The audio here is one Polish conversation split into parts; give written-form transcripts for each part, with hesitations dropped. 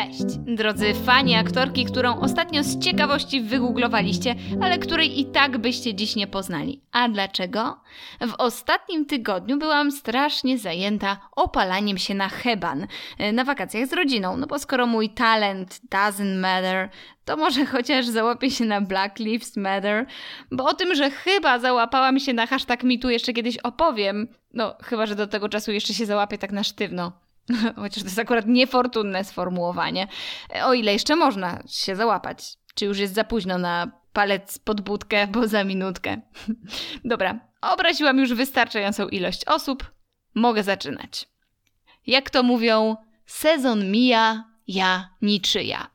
Cześć, drodzy fani aktorki, którą ostatnio z ciekawości wygooglowaliście, ale której i tak byście dziś nie poznali. A dlaczego? W ostatnim tygodniu byłam strasznie zajęta opalaniem się na heban na wakacjach z rodziną, no bo skoro mój talent doesn't matter, to może chociaż załapię się na Black Lives Matter, bo o tym, że chyba załapałam się na hashtag #MeToo jeszcze kiedyś opowiem, no chyba, że do tego czasu jeszcze się załapię tak na sztywno. Chociaż to jest akurat niefortunne sformułowanie. O ile jeszcze można się załapać. Czy już jest za późno na palec pod budkę, bo za minutkę. Dobra, obraziłam już wystarczającą ilość osób. Mogę zaczynać. Jak to mówią, sezon mija, ja niczyja.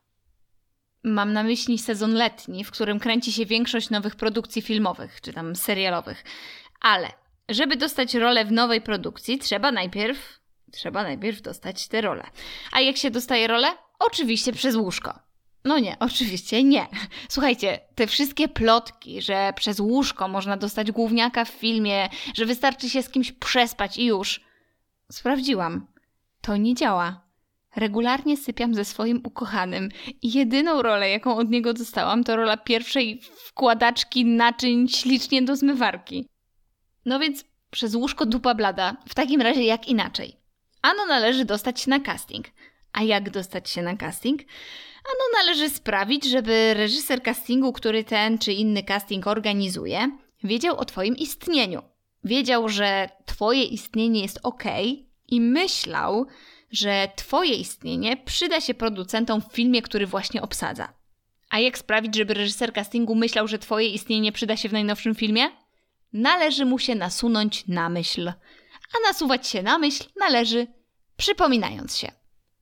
Mam na myśli sezon letni, w którym kręci się większość nowych produkcji filmowych, czy tam serialowych. Ale żeby dostać rolę w nowej produkcji, trzeba najpierw dostać tę rolę. A jak się dostaje rolę? Oczywiście przez łóżko. No nie, oczywiście nie. Słuchajcie, te wszystkie plotki, że przez łóżko można dostać główniaka w filmie, że wystarczy się z kimś przespać i już. Sprawdziłam. To nie działa. Regularnie sypiam ze swoim ukochanym i jedyną rolę, jaką od niego dostałam, to rola pierwszej wkładaczki naczyń ślicznie do zmywarki. No więc przez łóżko dupa blada. W takim razie jak inaczej? Ano należy dostać się na casting. A jak dostać się na casting? Ano należy sprawić, żeby reżyser castingu, który ten czy inny casting organizuje, wiedział o twoim istnieniu. Wiedział, że twoje istnienie jest okej i myślał, że twoje istnienie przyda się producentom w filmie, który właśnie obsadza. A jak sprawić, żeby reżyser castingu myślał, że twoje istnienie przyda się w najnowszym filmie? Należy mu się nasunąć na myśl. A nasuwać się na myśl należy przypominając się.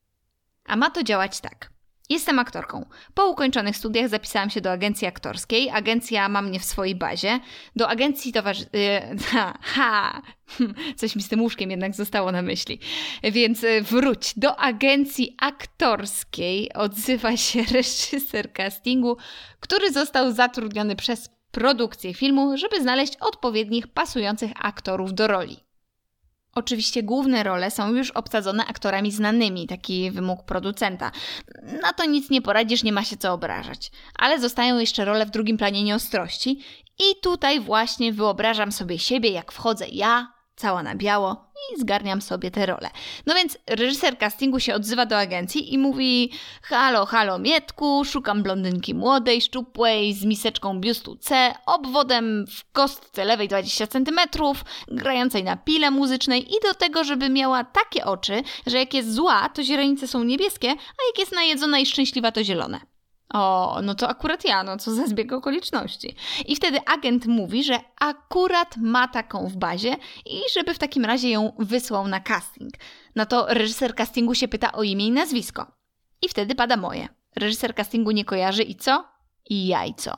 A ma to działać tak. Jestem aktorką. Po ukończonych studiach zapisałam się do agencji aktorskiej. Agencja ma mnie w swojej bazie. Do agencji coś mi z tym łóżkiem jednak zostało na myśli. Więc wróć. Do agencji aktorskiej odzywa się reżyser castingu, który został zatrudniony przez produkcję filmu, żeby znaleźć odpowiednich, pasujących aktorów do roli. Oczywiście główne role są już obsadzone aktorami znanymi, taki wymóg producenta. Na to nic nie poradzisz, nie ma się co obrażać. Ale zostają jeszcze role w drugim planie nieostrości i tutaj właśnie wyobrażam sobie siebie, jak wchodzę ja, cała na biało i zgarniam sobie te role. No więc reżyser castingu się odzywa do agencji i mówi: halo Mietku, szukam blondynki młodej, szczupłej, z miseczką biustu C, obwodem w kostce lewej 20 cm, grającej na pile muzycznej i do tego, żeby miała takie oczy, że jak jest zła, to źrenice są niebieskie, a jak jest najedzona i szczęśliwa, to zielone. O, no to akurat ja, no co za zbieg okoliczności. I wtedy agent mówi, że akurat ma taką w bazie i żeby w takim razie ją wysłał na casting. No to reżyser castingu się pyta o imię i nazwisko. I wtedy pada moje. Reżyser castingu nie kojarzy i co? I jajco.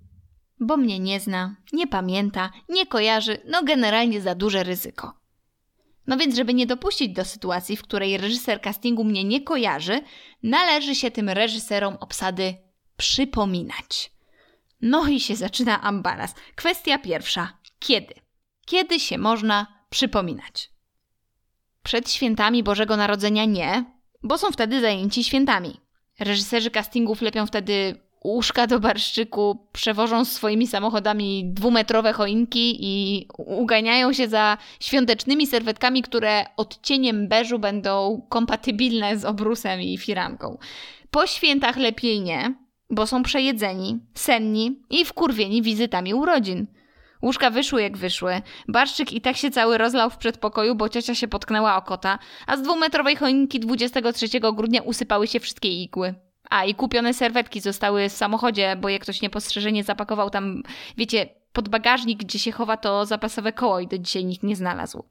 Bo mnie nie zna, nie pamięta, nie kojarzy, no generalnie za duże ryzyko. No więc, żeby nie dopuścić do sytuacji, w której reżyser castingu mnie nie kojarzy, należy się tym reżyserom obsady przypominać. No i się zaczyna ambaras. Kwestia pierwsza. Kiedy? Kiedy się można przypominać? Przed świętami Bożego Narodzenia nie, bo są wtedy zajęci świętami. Reżyserzy castingów lepią wtedy łóżka do barszczyku, przewożą swoimi samochodami 2-metrowe choinki i uganiają się za świątecznymi serwetkami, które odcieniem beżu będą kompatybilne z obrusem i firanką. Po świętach lepiej nie, bo są przejedzeni, senni i wkurwieni wizytami urodzin. Łóżka wyszły jak wyszły, barszczyk i tak się cały rozlał w przedpokoju, bo ciocia się potknęła o kota, a z 2-metrowej choinki 23 grudnia usypały się wszystkie igły. A i kupione serwetki zostały w samochodzie, bo jak ktoś niepostrzeżenie zapakował tam, wiecie, pod bagażnik, gdzie się chowa to zapasowe koło i do dzisiaj nikt nie znalazł.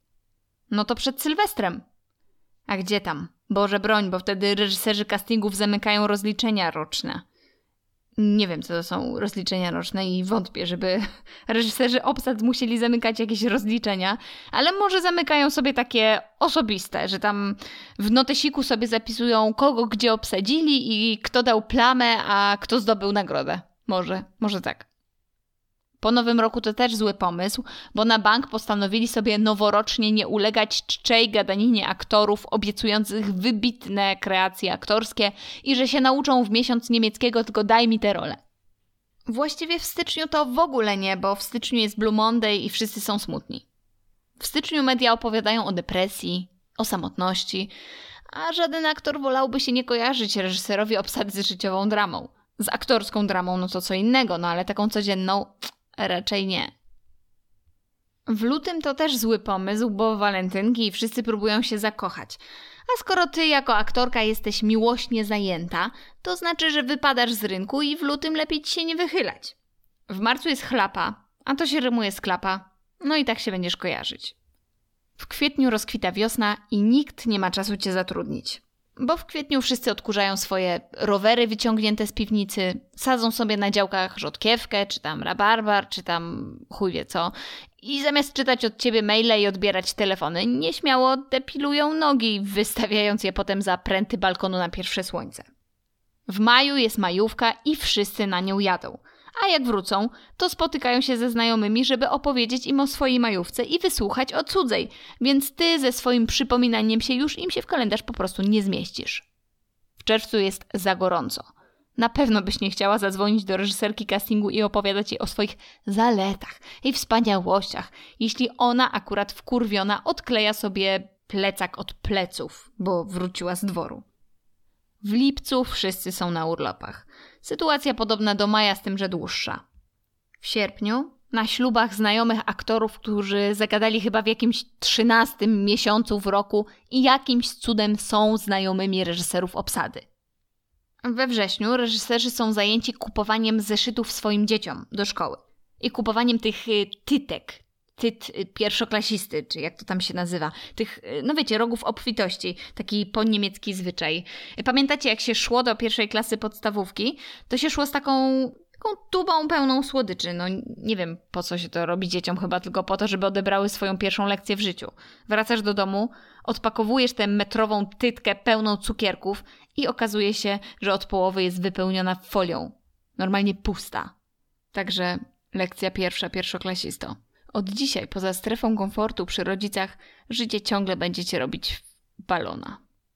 No to przed Sylwestrem. A gdzie tam? Boże broń, bo wtedy reżyserzy castingów zamykają rozliczenia roczne. Nie wiem, co to są rozliczenia roczne i wątpię, żeby reżyserzy obsad musieli zamykać jakieś rozliczenia, ale może zamykają sobie takie osobiste, że tam w notesiku sobie zapisują, kogo gdzie obsadzili i kto dał plamę, a kto zdobył nagrodę. Może tak. Po Nowym Roku to też zły pomysł, bo na bank postanowili sobie noworocznie nie ulegać czczej gadaninie aktorów obiecujących wybitne kreacje aktorskie i że się nauczą w miesiąc niemieckiego, tylko daj mi tę rolę. Właściwie w styczniu to w ogóle nie, bo w styczniu jest Blue Monday i wszyscy są smutni. W styczniu media opowiadają o depresji, o samotności, a żaden aktor wolałby się nie kojarzyć reżyserowi obsady z życiową dramą. Z aktorską dramą no to co innego, no ale taką codzienną raczej nie. W lutym to też zły pomysł, bo walentynki i wszyscy próbują się zakochać. A skoro ty jako aktorka jesteś miłośnie zajęta, to znaczy, że wypadasz z rynku i w lutym lepiej ci się nie wychylać. W marcu jest chlapa, a to się rymuje z klapa, no i tak się będziesz kojarzyć. W kwietniu rozkwita wiosna i nikt nie ma czasu cię zatrudnić. Bo w kwietniu wszyscy odkurzają swoje rowery wyciągnięte z piwnicy, sadzą sobie na działkach rzodkiewkę, czy tam rabarbar, czy tam chuj wie co. I zamiast czytać od ciebie maile i odbierać telefony, nieśmiało depilują nogi, wystawiając je potem za pręty balkonu na pierwsze słońce. W maju jest majówka i wszyscy na nią jadą. A jak wrócą, to spotykają się ze znajomymi, żeby opowiedzieć im o swojej majówce i wysłuchać o cudzej, więc ty ze swoim przypominaniem się już im się w kalendarz po prostu nie zmieścisz. W czerwcu jest za gorąco. Na pewno byś nie chciała zadzwonić do reżyserki castingu i opowiadać jej o swoich zaletach i wspaniałościach, jeśli ona akurat wkurwiona odkleja sobie plecak od pleców, bo wróciła z dworu. W lipcu wszyscy są na urlopach. Sytuacja podobna do maja, z tym, że dłuższa. W sierpniu na ślubach znajomych aktorów, którzy zagadali chyba w jakimś 13 miesiącu w roku i jakimś cudem są znajomymi reżyserów obsady. We wrześniu reżyserzy są zajęci kupowaniem zeszytów swoim dzieciom do szkoły i kupowaniem tych tytek, pierwszoklasisty, czy jak to tam się nazywa, tych, no wiecie, rogów obfitości, taki poniemiecki zwyczaj. Pamiętacie, jak się szło do pierwszej klasy podstawówki, to się szło z taką tubą pełną słodyczy. No nie wiem, po co się to robi dzieciom, chyba tylko po to, żeby odebrały swoją pierwszą lekcję w życiu. Wracasz do domu, odpakowujesz tę metrową tytkę pełną cukierków i okazuje się, że od połowy jest wypełniona folią. Normalnie pusta. Także lekcja pierwsza, pierwszoklasisto. Od dzisiaj, poza strefą komfortu przy rodzicach, życie ciągle będziecie robić balona.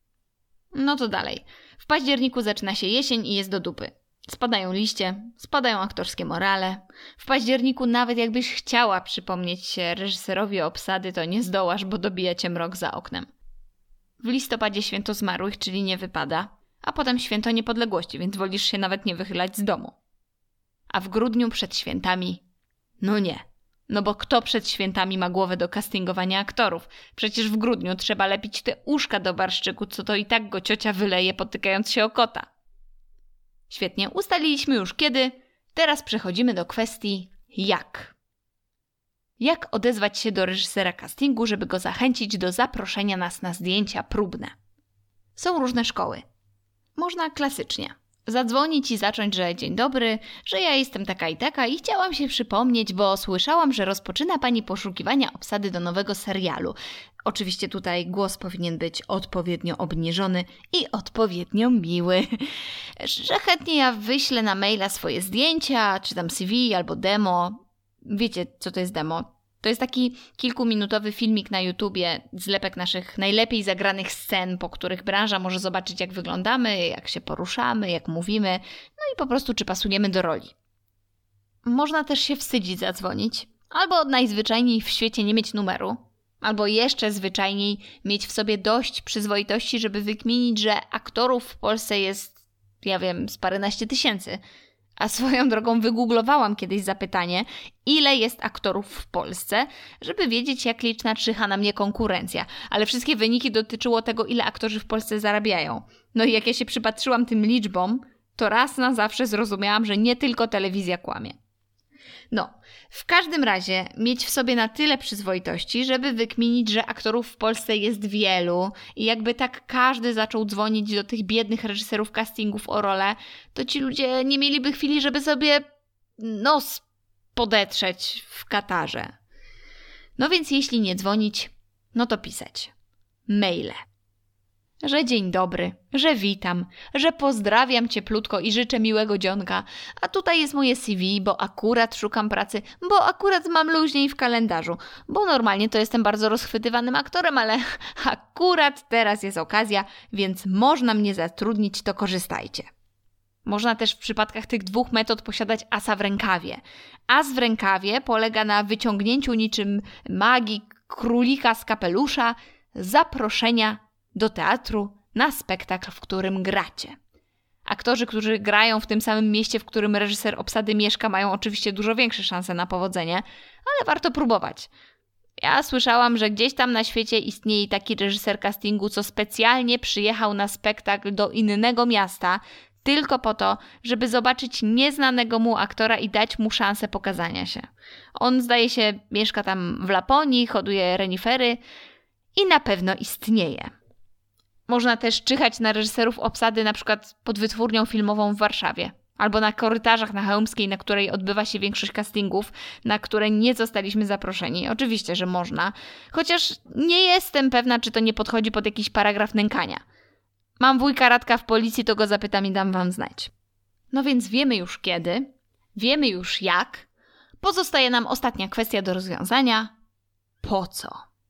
No to dalej. W październiku zaczyna się jesień i jest do dupy. Spadają liście, spadają aktorskie morale. W październiku nawet jakbyś chciała przypomnieć się reżyserowi obsady, to nie zdołasz, bo dobija cię mrok za oknem. W listopadzie święto zmarłych, czyli nie wypada, a potem święto niepodległości, więc wolisz się nawet nie wychylać z domu. A w grudniu przed świętami? No nie. No bo kto przed świętami ma głowę do castingowania aktorów? Przecież w grudniu trzeba lepić te uszka do barszczyku, co to i tak go ciocia wyleje, potykając się o kota. Świetnie, ustaliliśmy już kiedy. Teraz przechodzimy do kwestii jak. Jak odezwać się do reżysera castingu, żeby go zachęcić do zaproszenia nas na zdjęcia próbne? Są różne szkoły. Można klasycznie. Zadzwonić i zacząć, że dzień dobry, że ja jestem taka i chciałam się przypomnieć, bo słyszałam, że rozpoczyna pani poszukiwania obsady do nowego serialu. Oczywiście tutaj głos powinien być odpowiednio obniżony i odpowiednio miły. Że chętnie ja wyślę na maila swoje zdjęcia, czy tam CV albo demo. Wiecie, co to jest demo? To jest taki kilkuminutowy filmik na YouTubie, zlepek naszych najlepiej zagranych scen, po których branża może zobaczyć, jak wyglądamy, jak się poruszamy, jak mówimy, no i po prostu, czy pasujemy do roli. Można też się wstydzić zadzwonić, albo najzwyczajniej w świecie nie mieć numeru, albo jeszcze zwyczajniej mieć w sobie dość przyzwoitości, żeby wykminić, że aktorów w Polsce jest, ja wiem, z paręnaście tysięcy. A swoją drogą wygooglowałam kiedyś zapytanie, ile jest aktorów w Polsce, żeby wiedzieć, jak liczna czyha na mnie konkurencja. Ale wszystkie wyniki dotyczyło tego, ile aktorzy w Polsce zarabiają. No i jak ja się przypatrzyłam tym liczbom, to raz na zawsze zrozumiałam, że nie tylko telewizja kłamie. No, w każdym razie mieć w sobie na tyle przyzwoitości, żeby wykminić, że aktorów w Polsce jest wielu i jakby tak każdy zaczął dzwonić do tych biednych reżyserów castingów o rolę, to ci ludzie nie mieliby chwili, żeby sobie nos podetrzeć w Katarze. No więc jeśli nie dzwonić, no to pisać. Maile. że dzień dobry, że witam, że pozdrawiam cieplutko i życzę miłego dzionka, a tutaj jest moje CV, bo akurat szukam pracy, bo akurat mam luźniej w kalendarzu, bo normalnie to jestem bardzo rozchwytywanym aktorem, ale akurat teraz jest okazja, więc można mnie zatrudnić, to korzystajcie. Można też w przypadkach tych dwóch metod posiadać asa w rękawie. As w rękawie polega na wyciągnięciu niczym magii królika z kapelusza zaproszenia do teatru na spektakl, w którym gracie. Aktorzy, którzy grają w tym samym mieście, w którym reżyser obsady mieszka, mają oczywiście dużo większe szanse na powodzenie, ale warto próbować. Ja słyszałam, że gdzieś tam na świecie istnieje taki reżyser castingu, co specjalnie przyjechał na spektakl do innego miasta, tylko po to, żeby zobaczyć nieznanego mu aktora i dać mu szansę pokazania się. On, zdaje się, mieszka tam w Laponii, hoduje renifery i na pewno istnieje. Można też czyhać na reżyserów obsady na przykład pod wytwórnią filmową w Warszawie albo na korytarzach na Chełmskiej, na której odbywa się większość castingów, na które nie zostaliśmy zaproszeni. Oczywiście, że można, chociaż nie jestem pewna, czy to nie podchodzi pod jakiś paragraf nękania. Mam wujka Radka w policji, to go zapytam i dam wam znać. No więc wiemy już kiedy, wiemy już jak. Pozostaje nam ostatnia kwestia do rozwiązania. Po co?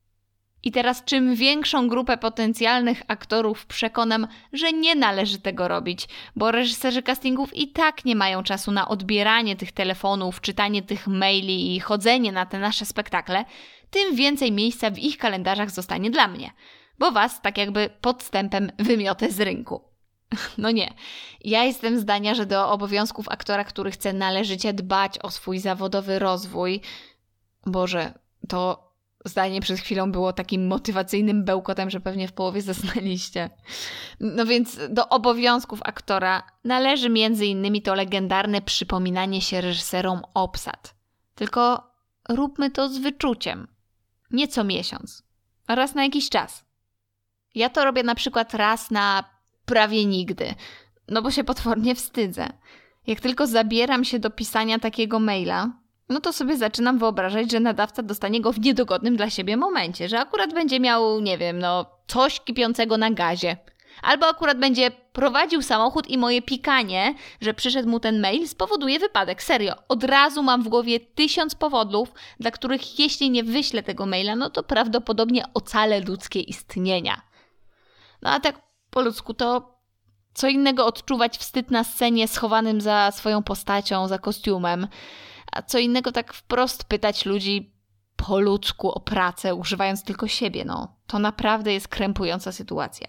I teraz czym większą grupę potencjalnych aktorów przekonam, że nie należy tego robić, bo reżyserzy castingów i tak nie mają czasu na odbieranie tych telefonów, czytanie tych maili i chodzenie na te nasze spektakle, tym więcej miejsca w ich kalendarzach zostanie dla mnie, bo was tak jakby podstępem wymiotę z rynku. No nie, ja jestem zdania, że do obowiązków aktora, który chce należycie dbać o swój zawodowy rozwój, Boże, to zdanie przed chwilą było takim motywacyjnym bełkotem, że pewnie w połowie zasnęliście. No więc do obowiązków aktora należy między innymi to legendarne przypominanie się reżyserom obsad. Tylko róbmy to z wyczuciem. Nie co miesiąc, a raz na jakiś czas. Ja to robię na przykład raz na prawie nigdy, no bo się potwornie wstydzę. Jak tylko zabieram się do pisania takiego maila, no to sobie zaczynam wyobrażać, że nadawca dostanie go w niedogodnym dla siebie momencie, że akurat będzie miał, nie wiem, coś kipiącego na gazie. Albo akurat będzie prowadził samochód i moje pikanie, że przyszedł mu ten mail, spowoduje wypadek. Serio, od razu mam w głowie 1000 powodów, dla których jeśli nie wyślę tego maila, no to prawdopodobnie ocalę ludzkie istnienia. No a tak po ludzku to co innego odczuwać wstyd na scenie schowanym za swoją postacią, za kostiumem, a co innego tak wprost pytać ludzi po ludzku o pracę, używając tylko siebie. No, to naprawdę jest krępująca sytuacja.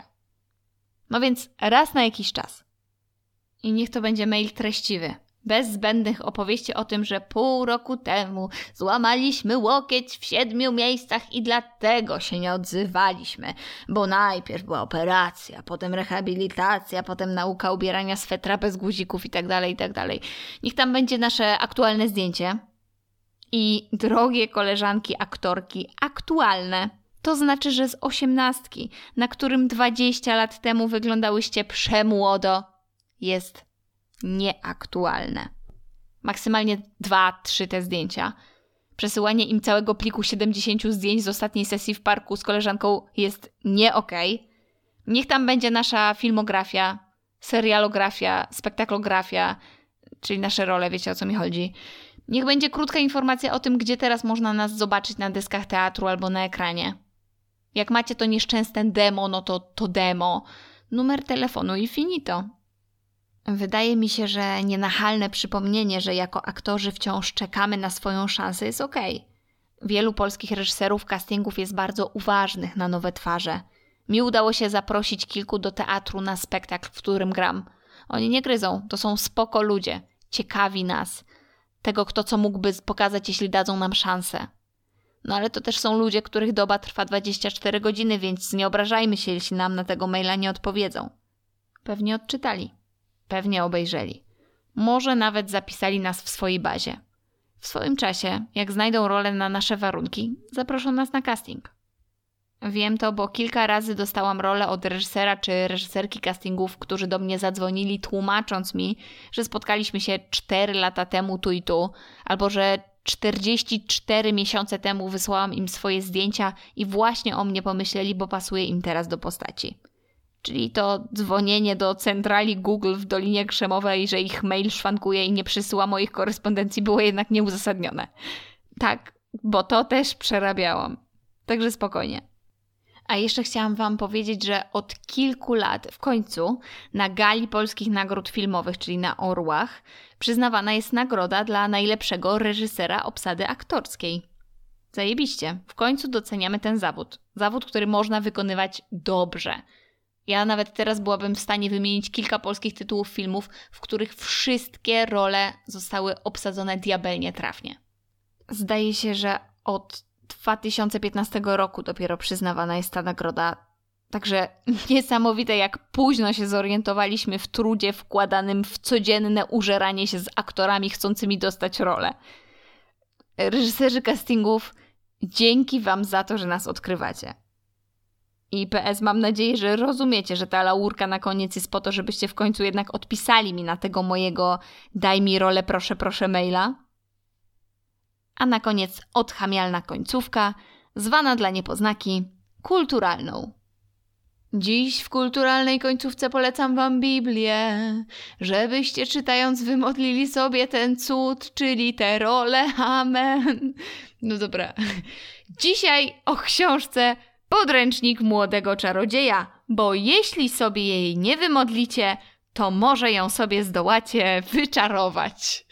No więc raz na jakiś czas. I niech to będzie mail treściwy, bez zbędnych opowieści o tym, że pół roku temu złamaliśmy łokieć w 7 miejscach i dlatego się nie odzywaliśmy, bo najpierw była operacja, potem rehabilitacja, potem nauka ubierania swetra bez guzików itd., itd. Niech tam będzie nasze aktualne zdjęcie. I drogie koleżanki aktorki, aktualne, to znaczy, że z 18, na którym 20 lat temu wyglądałyście przemłodo, jest nieaktualne. Maksymalnie 2-3 te zdjęcia. Przesyłanie im całego pliku 70 zdjęć z ostatniej sesji w parku z koleżanką jest nie okej. Niech tam będzie nasza filmografia, serialografia, spektaklografia, czyli nasze role, wiecie o co mi chodzi. Niech będzie krótka informacja o tym, gdzie teraz można nas zobaczyć na deskach teatru albo na ekranie. Jak macie to nieszczęsne demo, no to demo. Numer telefonu i finito. Wydaje mi się, że nienachalne przypomnienie, że jako aktorzy wciąż czekamy na swoją szansę jest okej. Wielu polskich reżyserów castingów jest bardzo uważnych na nowe twarze. Mi udało się zaprosić kilku do teatru na spektakl, w którym gram. Oni nie gryzą, to są spoko ludzie, ciekawi nas. Tego, kto co mógłby pokazać, jeśli dadzą nam szansę. No ale to też są ludzie, których doba trwa 24 godziny, więc nie obrażajmy się, jeśli nam na tego maila nie odpowiedzą. Pewnie odczytali. Pewnie obejrzeli. Może nawet zapisali nas w swojej bazie. W swoim czasie, jak znajdą rolę na nasze warunki, zaproszą nas na casting. Wiem to, bo kilka razy dostałam rolę od reżysera czy reżyserki castingów, którzy do mnie zadzwonili tłumacząc mi, że spotkaliśmy się 4 lata temu tu i tu, albo że 44 miesiące temu wysłałam im swoje zdjęcia i właśnie o mnie pomyśleli, bo pasuje im teraz do postaci. czyli to dzwonienie do centrali Google w Dolinie Krzemowej, że ich mail szwankuje i nie przysyła moich korespondencji, było jednak nieuzasadnione. Tak, bo to też przerabiałam. Także spokojnie. A jeszcze chciałam wam powiedzieć, że od kilku lat w końcu na gali polskich nagród filmowych, czyli na Orłach, przyznawana jest nagroda dla najlepszego reżysera obsady aktorskiej. Zajebiście. W końcu doceniamy ten zawód. Zawód, który można wykonywać dobrze. Ja nawet teraz byłabym w stanie wymienić kilka polskich tytułów filmów, w których wszystkie role zostały obsadzone diabelnie trafnie. Zdaje się, że od 2015 roku dopiero przyznawana jest ta nagroda. Także niesamowite, jak późno się zorientowaliśmy w trudzie wkładanym w codzienne użeranie się z aktorami chcącymi dostać rolę. Reżyserzy castingów, dzięki wam za to, że nas odkrywacie. I PS, mam nadzieję, że rozumiecie, że ta laurka na koniec jest po to, żebyście w końcu jednak odpisali mi na tego mojego daj mi rolę proszę maila. A na koniec odchamialna końcówka, zwana dla niepoznaki kulturalną. Dziś w kulturalnej końcówce polecam wam Biblię, żebyście czytając wymodlili sobie ten cud, czyli te role, amen. No dobra. Dzisiaj o książce Podręcznik Młodego Czarodzieja, bo jeśli sobie jej nie wymodlicie, to może ją sobie zdołacie wyczarować.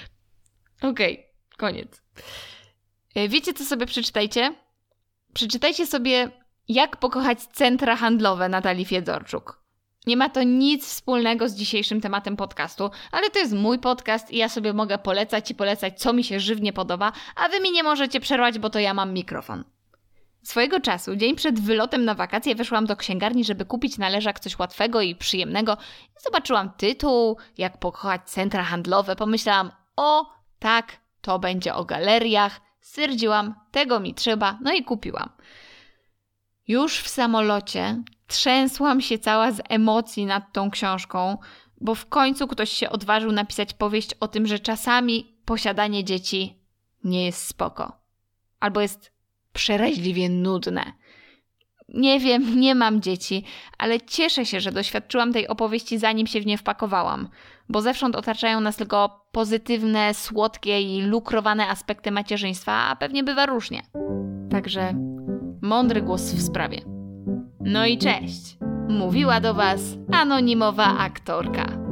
Okej, koniec. Wiecie, co sobie przeczytajcie? Przeczytajcie sobie Jak pokochać centra handlowe Natalii Fiedzorczuk. Nie ma to nic wspólnego z dzisiejszym tematem podcastu, ale to jest mój podcast i ja sobie mogę polecać, co mi się żywnie podoba, a wy mi nie możecie przerwać, bo to ja mam mikrofon. Swojego czasu, dzień przed wylotem na wakacje, weszłam do księgarni, żeby kupić na leżak coś łatwego i przyjemnego. Zobaczyłam tytuł, Jak pokochać centra handlowe. Pomyślałam, o tak, to będzie o galeriach. Stwierdziłam, tego mi trzeba, no i kupiłam. Już w samolocie trzęsłam się cała z emocji nad tą książką, bo w końcu ktoś się odważył napisać powieść o tym, że czasami posiadanie dzieci nie jest spoko. Albo jest przeraźliwie nudne. Nie wiem, nie mam dzieci, ale cieszę się, że doświadczyłam tej opowieści, zanim się w nie wpakowałam, bo zewsząd otaczają nas tylko pozytywne, słodkie i lukrowane aspekty macierzyństwa, a pewnie bywa różnie. Także mądry głos w sprawie. No i cześć! Mówiła do was anonimowa aktorka.